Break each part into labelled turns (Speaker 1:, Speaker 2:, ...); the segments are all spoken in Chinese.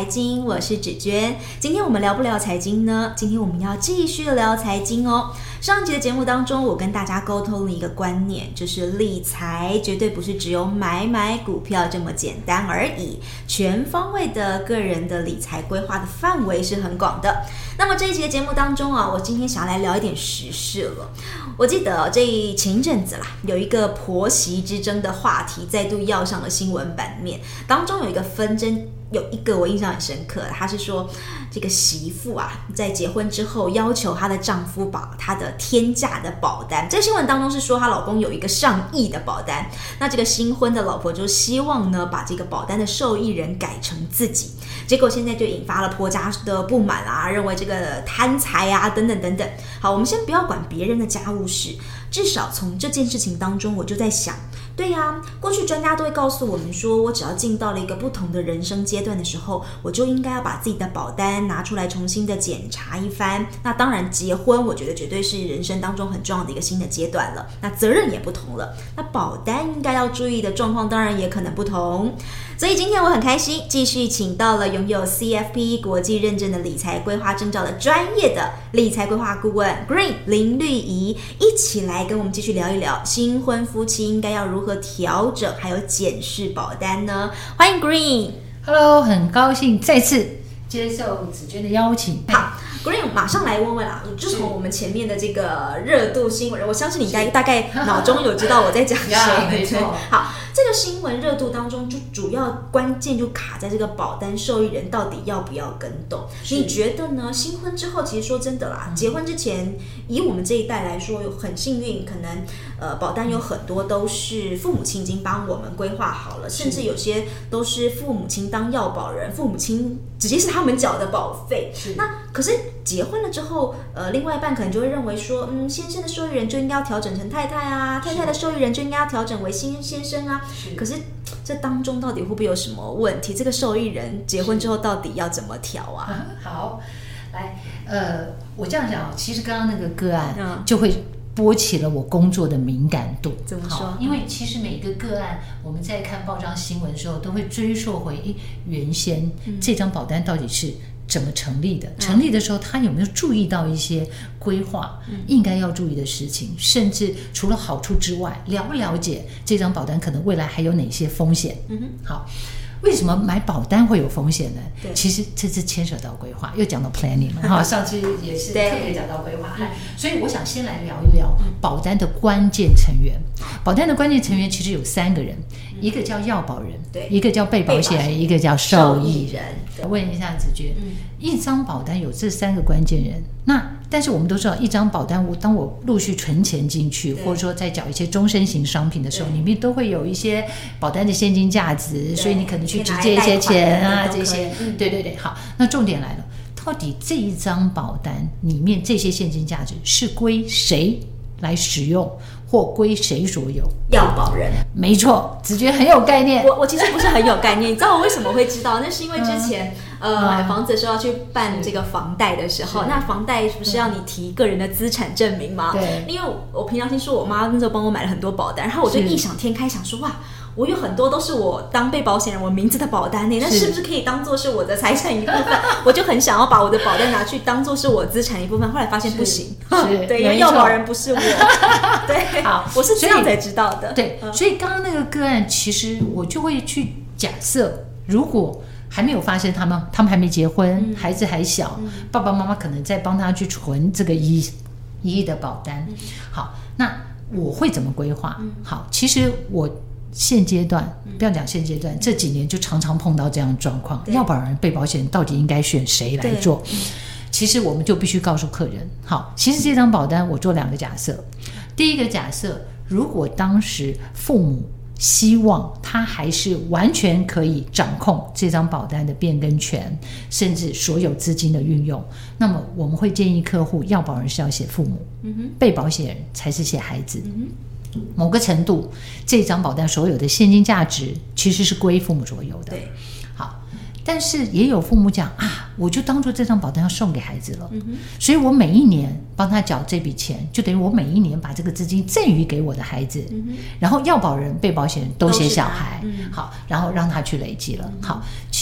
Speaker 1: 经，我是芷娟。今天我们聊不聊财经呢？今天我们要继续聊财经哦。上一集的节目当中，我跟大家沟通了一个观念，就是理财绝对不是只有买股票这么简单而已，全方位的个人的理财规划的范围是很广的。那么这一集的节目当中啊，我今天想要来聊一点时事了。我记得前一阵子啦，有一个婆媳之争的话题再度要上了新闻版面，当中有一个纷争，有一个我印象很深刻，他是说这个媳妇啊，在结婚之后要求她的丈夫保她的天价的保单。这个新闻当中是说她老公有一个上亿的保单，那这个新婚的老婆就希望呢把这个保单的受益人改成自己，结果现在就引发了婆家的不满啊，认为这个贪财啊等等等等。好，我们先不要管别人的家务事，至少从这件事情当中我就在想，对呀，过去专家都会告诉我们说，我只要进到了一个不同的人生阶段的时候，我就应该要把自己的保单拿出来重新的检查一番。那当然结婚我觉得绝对是人生当中很重要的一个新的阶段了，那责任也不同了，那保单应该要注意的状况当然也可能不同。所以今天我很开心继续请到了拥有 CFP 国际认证的理财规划证照的专业的理财规划顾问 Green 林绿怡，一起来跟我们继续聊一聊新婚夫妻应该要如何调整还有检视保单呢？欢迎 Green。
Speaker 2: 很高兴再次接受芷娟的邀请。
Speaker 1: 好，Green 马上来问问啦，就从我们前面的这个热度新闻，我相信你大概脑中有知道我在讲谁。
Speaker 2: 没错。
Speaker 1: 好，这个新闻热度当中，就主要关键就卡在这个保单受益人到底要不要跟动。你觉得呢？新婚之后，其实说真的啦，结婚之前，以我们这一代来说，很幸运，可能保单有很多都是父母亲已经帮我们规划好了，甚至有些都是父母亲当要保人，父母亲直接是他们缴的保费。那可是结婚了之后，另外一半可能就会认为说，先生的受益人就应该要调整成太太啊，太太的受益人就应该要调整为先生啊。可是这当中到底会不会有什么问题？这个受益人结婚之后到底要怎么调啊？
Speaker 2: 好，来，我这样讲，其实刚刚那个个案就会拨起了我工作的敏感度。
Speaker 1: 怎么说？
Speaker 2: 因为其实每一个个案，我们在看报章新闻的时候，都会追溯回原先这张保单到底是怎么成立的？成立的时候，他有没有注意到一些规划应该要注意的事情？甚至除了好处之外，了不了解这张保单可能未来还有哪些风险？好。为什么买保单会有风险呢？其实这是牵扯到规划，又讲到 planning 了。上次也是特别讲到规划，所以我想先来聊一聊保单的关键成员。保单的关键成员其实有3个人，一个叫要保人，一个叫被保险人，一个叫受益人。问一下子娟，一张保单有这3个关键人，但是我们都知道，一张保单当我陆续存钱进去，或者说在缴一些终身型商品的时候，里面都会有一些保单的现金价值，所以你可能去直借一些钱啊，这些。对，好，那重点来了，到底这一张保单里面这些现金价值是归谁来使用，或归谁所有？
Speaker 1: 要保人。
Speaker 2: 没错，子娟很有概念。
Speaker 1: 我其实不是很有概念，你知道我为什么会知道？那是因为之前买房子的时候要去办这个房贷的时候，那房贷不是要你提个人的资产证明吗？
Speaker 2: 对。因
Speaker 1: 为我平常听说我妈那时候帮我买了很多保单，然后我就异想天开想说，哇，我有很多都是我当被保险人我名字的保单呢，那是不是可以当做是我的财产一部分？我就很想要把我的保单拿去当做是我资产一部分，后来发现不行，对，因为要保人不是我。对，好，我是这样才知道的。
Speaker 2: 对，所以刚刚那个个案，其实我就会去假设，如果还没有发生，他们还没结婚，孩子还小，爸爸妈妈可能在帮他去存这个1亿的保单。好，那我会怎么规划？好，其实我现阶段不要讲现阶段，这几年就常常碰到这样的状况，要保人、被保险人到底应该选谁来做？其实我们就必须告诉客人，好，其实这张保单我做2个假设。第一个假设，如果当时父母希望他还是完全可以掌控这张保单的变更权，甚至所有资金的运用，那么我们会建议客户，要保人是要写父母，被保险人才是写孩子。某个程度，这张保单所有的现金价值其实是归父母所有的。
Speaker 1: 对，
Speaker 2: 好，但是也有父母讲啊，我就当做这张保单要送给孩子了，所以我每一年帮他缴这笔钱，就等于我每一年把这个资金赠予给我的孩子，然后要保人、被保险人都写小孩，好，然后让他去累积了。好，其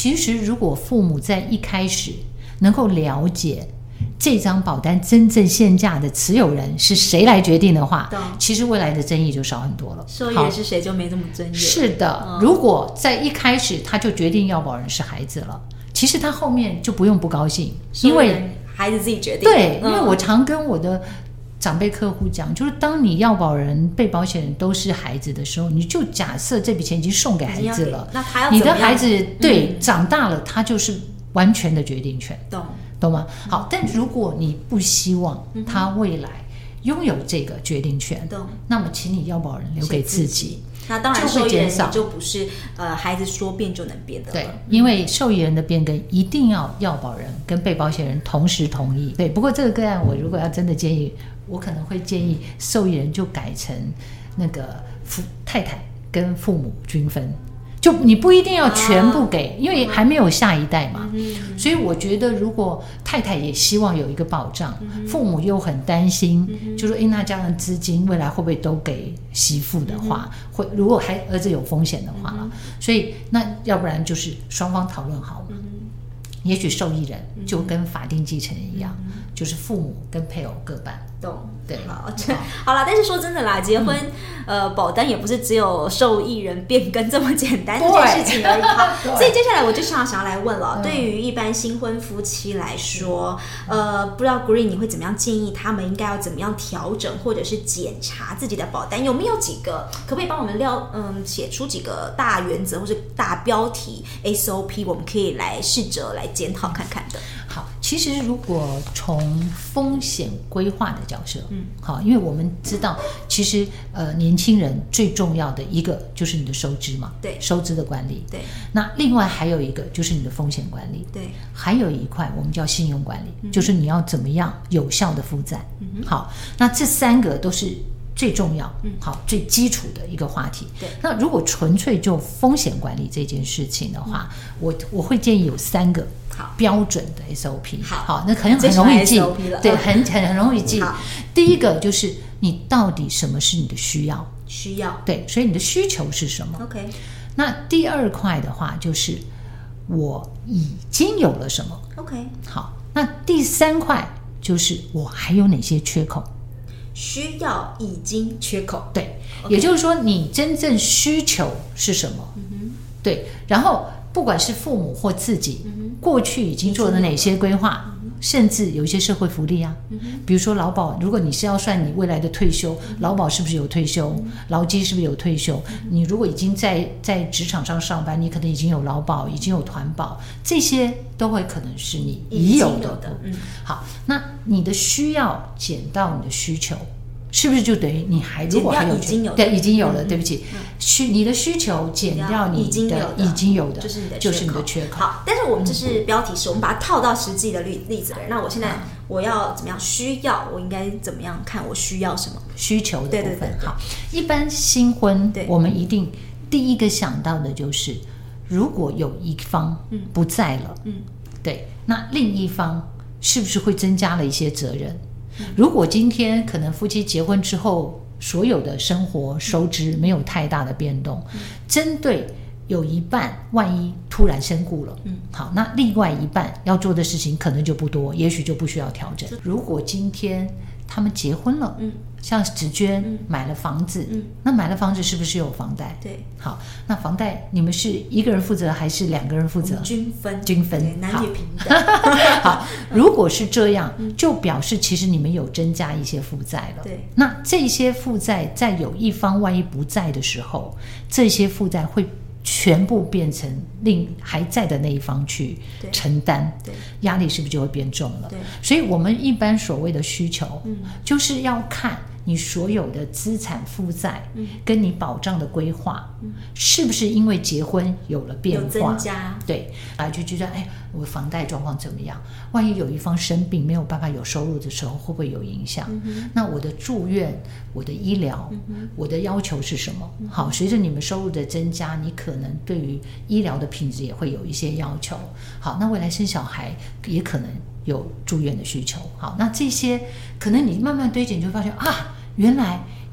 Speaker 2: 其实如果父母在一开始能够了解这张保单真正现价的持有人是谁来决定的话，其实未来的争议就少很多了。
Speaker 1: 受益人是谁就没这么争议了。
Speaker 2: 是的，如果在一开始他就决定要保人是孩子了，其实他后面就不用不高兴，因为
Speaker 1: 孩子自己决定。
Speaker 2: 对，因为我常跟我的长辈客户讲，就是当你要保人、被保险人都是孩子的时候，你就假设这笔钱已经送给孩子了，
Speaker 1: 那他要
Speaker 2: 你的孩子对长大了，他就是完全的决定权，懂吗？好，但如果你不希望他未来拥有这个决定权，那么请你要保人留给自己。
Speaker 1: 那当然，受益人就不是孩子说变就能变的了。
Speaker 2: 对，因为受益人的变更一定要保人跟被保险人同时同意。对，不过这个个案我如果要真的建议，我可能会建议受益人就改成那个太太跟父母均分。就你不一定要全部给，因为还没有下一代嘛。所以我觉得，如果太太也希望有一个保障，父母又很担心，就说那这样的资金未来会不会都给媳妇的话，会如果儿子有风险的话了，所以那要不然就是双方讨论好。也许受益人就跟法定继承人一样，就是父母跟配偶各半。
Speaker 1: 懂，
Speaker 2: 对，
Speaker 1: 好啦。但是说真的啦，结婚保单也不是只有受益人变更这么简单这件事情而已。所以接下来我就想要来问了，对于一般新婚夫妻来说，不知道 Green 你会怎么样建议他们应该要怎么样调整或者是检查自己的保单？有没有几个可不可以帮我们写出几个大原则或是大标题 SOP， 我们可以来试着来检讨看看的？
Speaker 2: 好，其实如果从风险规划的角色，好，因为我们知道，其实年轻人最重要的一个就是你的收支嘛，
Speaker 1: 对，
Speaker 2: 收支的管理，
Speaker 1: 对。
Speaker 2: 那另外还有一个就是你的风险管理，
Speaker 1: 对。
Speaker 2: 还有一块我们叫信用管理，就是你要怎么样有效的负债。好，那这三个都是最重要，好，最基础的一个话题。
Speaker 1: 对。
Speaker 2: 那如果纯粹就风险管理这件事情的话，我会建议有3个标准的 SOP。好，那可能很容易记，对，很容易记。第一个就是你到底什么是你的需要？对，所以你的需求是什么
Speaker 1: ？OK。
Speaker 2: 那第二块的话就是我已经有了什么
Speaker 1: ？OK。
Speaker 2: 好，那第3块就是我还有哪些缺口？
Speaker 1: 需要已经缺口，
Speaker 2: 对，也就是说你真正需求是什么？对，然后不管是父母或自己，过去已经做了哪些规划，甚至有一些社会福利啊，比如说劳保，如果你是要算你未来的退休，劳保是不是有退休？劳基是不是有退休？你如果已经在职场上上班，你可能已经有劳保，已经有团保，这些都会可能是你已有的。好，那你的需要减到你的需求，是不是就等于你如果还有对已经有了？对不起，你的需求减掉你的已经有的，就是你的缺口。
Speaker 1: 好，但是我们这是标题式，我们把它套到实际的例子。那我现在我要怎么样？需要我应该怎么样看？我需要什么？需求的部分。对。
Speaker 2: 好，一般新婚，我们一定第一个想到的就是，如果有一方不在了，对，那另一方是不是会增加了一些责任？如果今天可能夫妻结婚之后，所有的生活收支没有太大的变动，针对有一半万一突然身故了，好，那另外一半要做的事情可能就不多，也许就不需要调整。如果今天他们结婚了，像芷娟买了房子，那买了房子是不是有房贷？
Speaker 1: 对，
Speaker 2: 好，那房贷你们是一个人负责还是2个人负责？均分，
Speaker 1: 男女平等。
Speaker 2: 好，如果是这样，就表示其实你们有增加一些负债了。
Speaker 1: 对，
Speaker 2: 那这些负债在有一方万一不在的时候，这些负债会全部变成还在的那一方去承担，压力是不是就会变重了？所以我们一般所谓的需求，就是要看你所有的资产负债，跟你保障的规划，是不是因为结婚有了变化？
Speaker 1: 有增加，
Speaker 2: 对，就觉得我房贷状况怎么样？万一有一方生病没有办法有收入的时候，会不会有影响？那我的住院、我的医疗、我的要求是什么？好，随着你们收入的增加，你可能对于医疗的品质也会有一些要求。好，那未来生小孩也可能有住院的需求。好，那这些可能你慢慢堆积，你就发现原来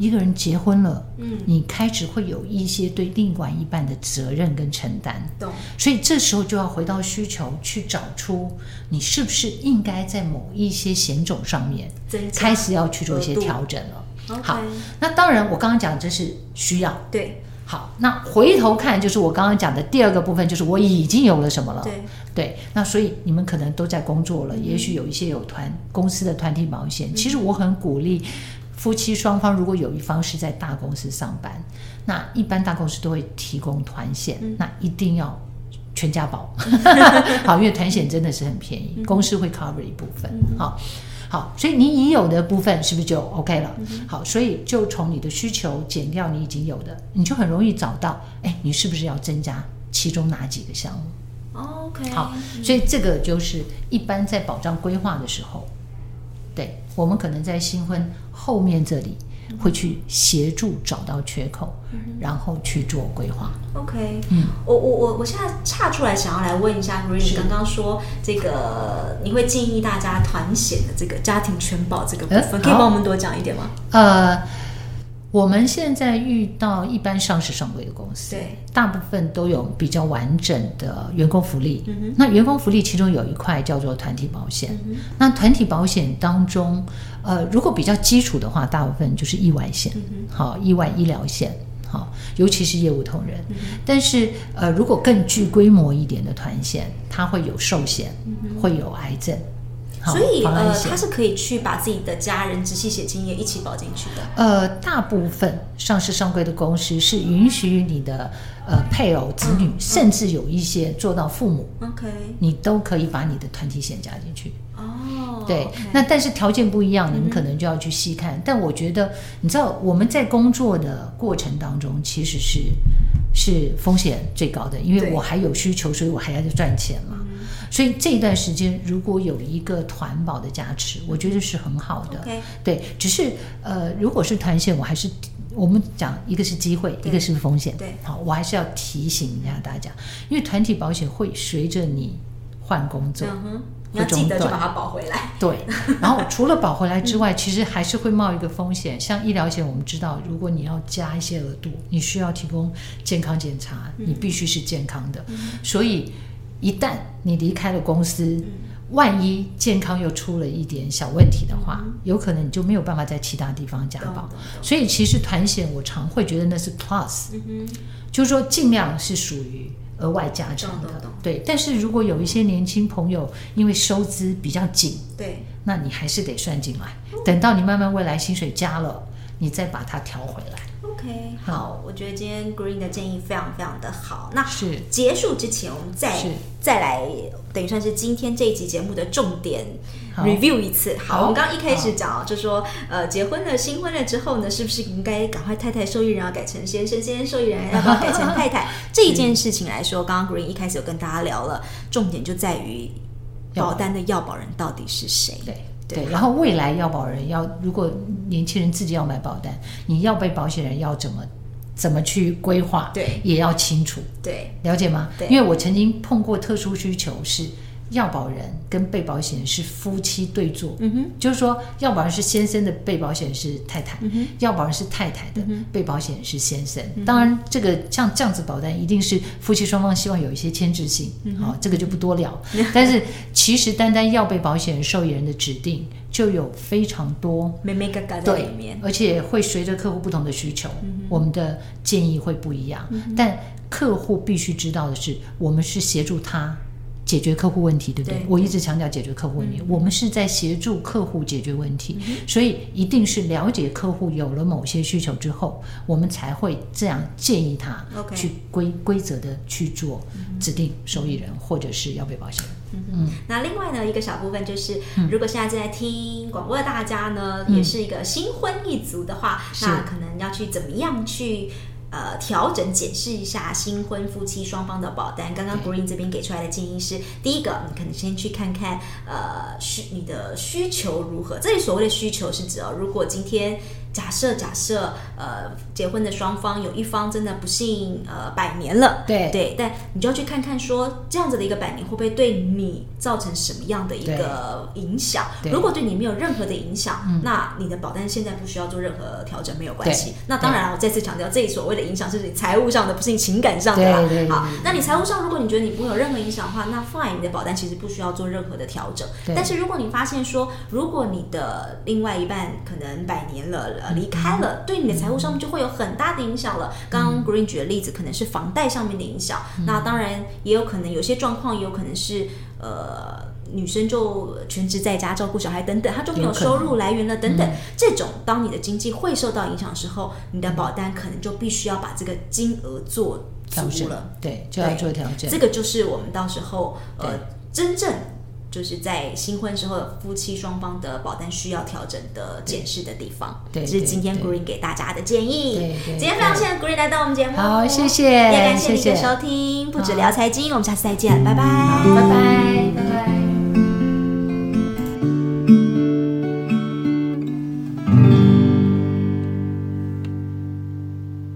Speaker 2: 一个人结婚了，你开始会有一些对另外一半的责任跟承担，
Speaker 1: 懂。所
Speaker 2: 以这时候就要回到需求，去找出你是不是应该在某一些险种上面开始要去做一些调整了。好，那当然我刚刚讲这是需要，
Speaker 1: 对。
Speaker 2: 好，那回头看就是我刚刚讲的第二个部分，就是我已经有了什么了。对，那所以你们可能都在工作了，也许有一些有公司的团体保险。其实我很鼓励夫妻双方，如果有一方是在大公司上班，那一般大公司都会提供团险，那一定要全家保。好，因为团险真的是很便宜，公司会 cover 一部分。好，所以你已有的部分是不是就 OK 了？好，所以就从你的需求减掉你已经有的，你就很容易找到，你是不是要增加其中哪几个项目
Speaker 1: ？OK。
Speaker 2: 好，所以这个就是一般在保障规划的时候，对，我们可能在新婚后面这里会去协助找到缺口，然后去做规划。
Speaker 1: OK， 我现在岔出来想要来问一下 Green， 你刚刚说这个你会建议大家团险的这个家庭全保这个部分，可以帮我们多讲一点吗？
Speaker 2: 我们现在遇到一般上市上柜的公司，
Speaker 1: 对，
Speaker 2: 大部分都有比较完整的员工福利。那员工福利其中有一块叫做团体保险。那团体保险当中，如果比较基础的话，大部分就是意外险，好，意外医疗险，好，尤其是业务同仁。但是如果更具规模一点的团险，它会有寿险，会有癌症。
Speaker 1: 所以他是可以去把自己的家人直系血亲也一起保进去
Speaker 2: 的。大部分上市上柜的公司是允许你的配偶、子女，甚至有一些做到父母，OK，你都可以把你的团体险加进去。对，那但是条件不一样，你们可能就要去细看。但我觉得，你知道我们在工作的过程当中，其实是风险最高的，因为我还有需求，所以我还要赚钱嘛。所以这一段时间如果有一个团保的加持，我觉得是很好的。对，只是如果是团险，我们讲一个是机会，一个是风险。对，好，我还是要提醒一下大家，因为团体保险会随着你换工作。
Speaker 1: 你要记得就把它保回来。
Speaker 2: 对，然后除了保回来之外，其实还是会冒一个风险。像医疗险，我们知道，如果你要加一些额度，你需要提供健康检查，你必须是健康的。所以一旦你离开了公司，万一健康又出了一点小问题的话，有可能你就没有办法在其他地方加保。所以其实团险我常会觉得那是 plus，就是说尽量是属于额外加成的。对，但是如果有一些年轻朋友因为收支比较紧，对，那你还是得算进来，等到你慢慢未来薪水加了，你再把它调回来。
Speaker 1: OK， 好，我觉得今天 Green 的建议非常非常的好。那结束之前，我们再来，等于算是今天这一集节目的重点 review 一次。好，我们刚刚一开始讲，就说结婚了、新婚了之后呢，是不是应该赶快太太受益人要改成先生，先生受益人要不要改成太太？这一件事情来说，刚刚 Green 一开始有跟大家聊了，重点就在于保单的要保人到底是谁。
Speaker 2: 对，然后未来要保人如果年轻人自己要买保单，你要被保险人要怎么去规划，对，也要清楚，对，了解吗？对，因为我曾经碰过特殊需求是要保人跟被保险人是夫妻对坐，就是说要保人是先生的，被保险人是太太，要保人是太太的，被保险人是先生。当然这个像这样子保单一定是夫妻双方希望有一些牵制性，这个就不多聊。但是其实单单要被保险人受益人的指定就有非常多
Speaker 1: 眉眉角角在里面，
Speaker 2: 而且会随着客户不同的需求，我们的建议会不一样。但客户必须知道的是，我们是协助他解决客户问题，对不对？我一直强调解决客户问题，我们是在协助客户解决问题，所以一定是了解客户有了某些需求之后，我们才会这样建议他去规则的去做指定受益人或者是要被保险人。
Speaker 1: 那另外呢，一个小部分就是，如果现在正在听广播的大家呢，也是一个新婚一族的话，那可能要去怎么样去调整检视一下新婚夫妻双方的保单。刚刚 Green 这边给出来的建议是，第一个，你可能先去看看你的需求如何。这里所谓的需求是指如果今天假设结婚的双方有一方真的不幸百年了，对，但你就要去看看说这样子的一个百年会不会对你造成什么样的一个影响。如果对你没有任何的影响，那你的保单现在不需要做任何调整，没有关系。那当然我再次强调，这里所谓的影响是你财务上的，不是你情感上的啦。好，那你财务上如果你觉得你不会有任何影响的话，那 fine， 你的保单其实不需要做任何的调整。但是如果你发现说，如果你的另外一半可能百年了离开了，对你的财务上面就会有很大的影响了。刚刚 Green 举的例子可能是房贷上面的影响，那当然也有可能有些状况也有可能是女生就全职在家照顾小孩等等，她就没有收入来源了等等。这种当你的经济会受到影响的时候，你的保单可能就必须要把这个金额做足了，
Speaker 2: 对，就要做调整。
Speaker 1: 这个就是我们到时候真正就是在新婚之后夫妻双方的保单需要调整的检视的地方。这是今天 Green 给大家的建议。今天非常谢谢 Green 来到我们节目，
Speaker 2: 好，谢谢，
Speaker 1: 也感谢你的收听，不止聊财经，我们下次再见，拜拜，
Speaker 2: 拜拜，拜拜。